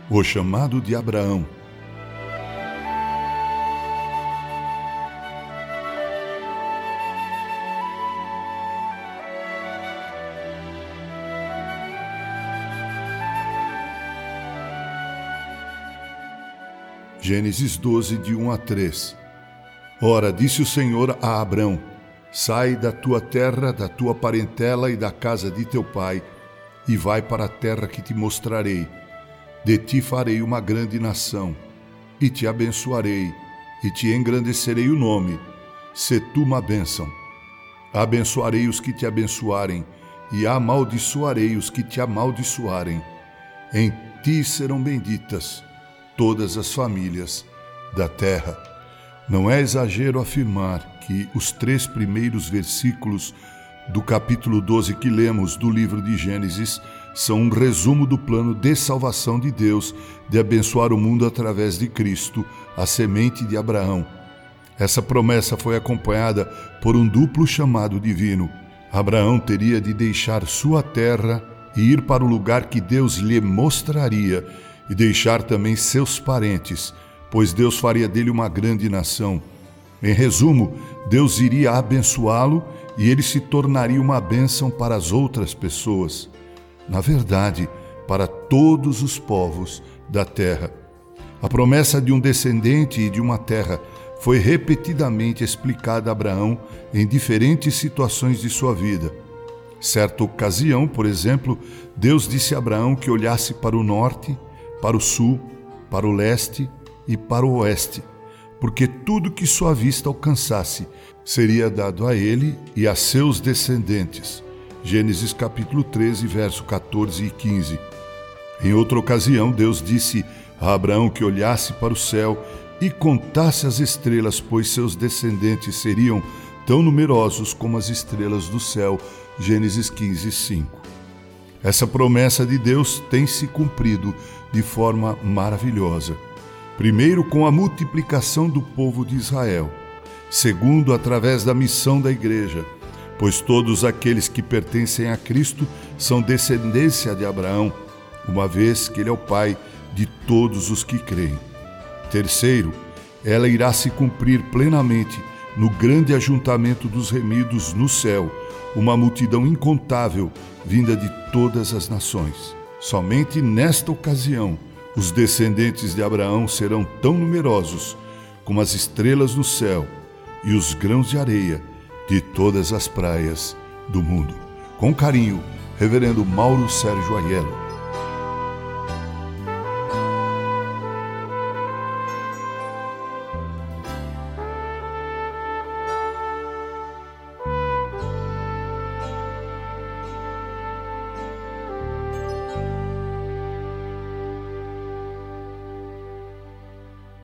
O chamado de Abraão. Gênesis 12, de 1 a 3. Ora, disse o Senhor a Abrão: sai da tua terra, da tua parentela e da casa de teu pai, e vai para a terra que te mostrarei. De ti farei uma grande nação, e te abençoarei, e te engrandecerei o nome. Se tu uma bênção. Abençoarei os que te abençoarem, e amaldiçoarei os que te amaldiçoarem. Em ti serão benditas todas as famílias da terra. Não é exagero afirmar que os 3 primeiros versículos do capítulo 12 que lemos do livro de Gênesis são um resumo do plano de salvação de Deus de abençoar o mundo através de Cristo, a semente de Abraão. Essa promessa foi acompanhada por um duplo chamado divino. Abraão teria de deixar sua terra e ir para o lugar que Deus lhe mostraria, e deixar também seus parentes, pois Deus faria dele uma grande nação. Em resumo, Deus iria abençoá-lo e ele se tornaria uma bênção para as outras pessoas. Na verdade, para todos os povos da terra. A promessa de um descendente e de uma terra foi repetidamente explicada a Abraão em diferentes situações de sua vida. Certa ocasião, por exemplo, Deus disse a Abraão que olhasse para o norte, para o sul, para o leste e para o oeste, porque tudo que sua vista alcançasse seria dado a ele e a seus descendentes. Gênesis capítulo 13, verso 14 e 15. Em outra ocasião, Deus disse a Abraão que olhasse para o céu e contasse as estrelas, pois seus descendentes seriam tão numerosos como as estrelas do céu. Gênesis 15, 5. Essa promessa de Deus tem se cumprido de forma maravilhosa. Primeiro, com a multiplicação do povo de Israel. Segundo, através da missão da igreja, pois todos aqueles que pertencem a Cristo são descendência de Abraão, uma vez que ele é o pai de todos os que creem. Terceiro, ela irá se cumprir plenamente no grande ajuntamento dos remidos no céu, uma multidão incontável vinda de todas as nações. Somente nesta ocasião, os descendentes de Abraão serão tão numerosos como as estrelas no céu e os grãos de areia de todas as praias do mundo. Com carinho, Reverendo Mauro Sérgio Aiello.